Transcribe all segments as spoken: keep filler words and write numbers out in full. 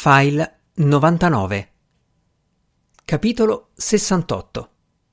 File novantanove. Capitolo sessantotto.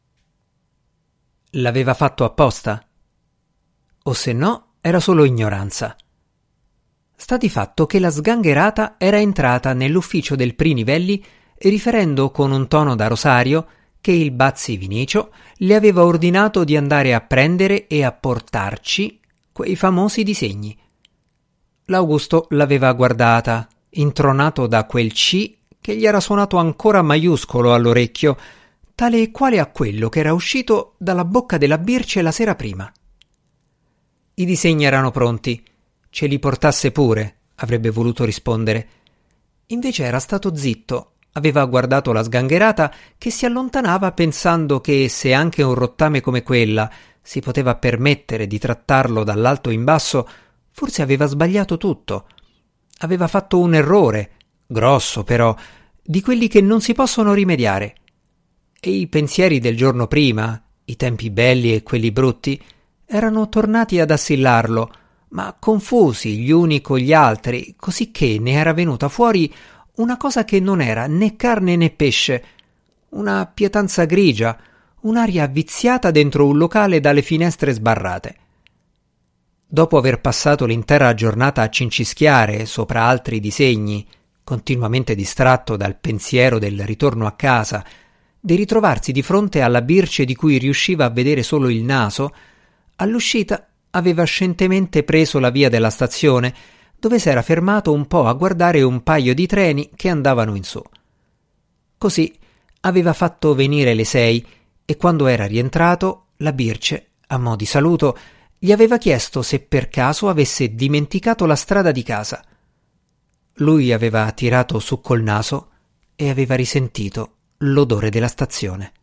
L'aveva fatto apposta? O se no, era solo ignoranza. Sta di fatto che la sgangherata era entrata nell'ufficio del Prinivelli riferendo con un tono da rosario che il Bazzi Vinicio le aveva ordinato di andare a prendere e a portarci quei famosi disegni. L'Augusto l'aveva guardata, intronato da quel C che gli era suonato ancora maiuscolo all'orecchio, tale e quale a quello che era uscito dalla bocca della Birce la sera prima. I disegni erano pronti, ce li portasse pure, avrebbe voluto rispondere. Invece era stato zitto, aveva guardato la sgangherata che si allontanava pensando che se anche un rottame come quella si poteva permettere di trattarlo dall'alto in basso, forse aveva sbagliato tutto. Aveva fatto un errore, grosso però, di quelli che non si possono rimediare. E i pensieri del giorno prima, i tempi belli e quelli brutti, erano tornati ad assillarlo, ma confusi gli uni con gli altri, così che ne era venuta fuori una cosa che non era né carne né pesce, una pietanza grigia, un'aria viziata dentro un locale dalle finestre sbarrate. Dopo aver passato l'intera giornata a cincischiare sopra altri disegni, continuamente distratto dal pensiero del ritorno a casa, di ritrovarsi di fronte alla Birce di cui riusciva a vedere solo il naso, all'uscita aveva scientemente preso la via della stazione, dove s'era fermato un po' a guardare un paio di treni che andavano in su. Così aveva fatto venire le sei e quando era rientrato, la Birce, a mo' di saluto, gli aveva chiesto se per caso avesse dimenticato la strada di casa. Lui aveva tirato su col naso e aveva risentito l'odore della stazione.